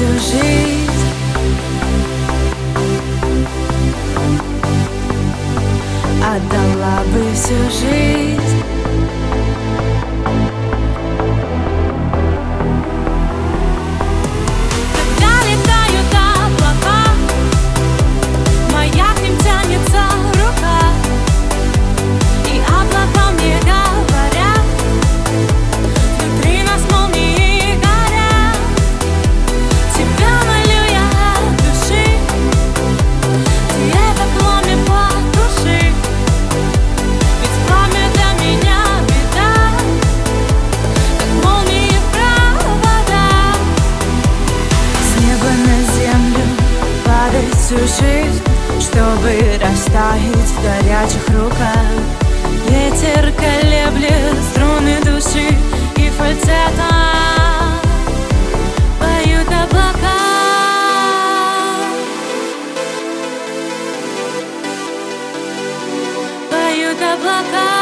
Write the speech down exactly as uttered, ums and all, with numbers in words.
всю жизнь. Отдала бы всю жизнь. Когда летают облака, моя к ним тянется рука, и облака мне говорят: внутри нас молнии горят. Тебя молю я от души, ты это пламя потуши, ведь пламя для меня беда, как молнии в проводах. С неба на землю падает всю жизнь, чтобы растаять в горячих руках. Ветер колеблет струны души, и фальцетом поют облака. Поют облака.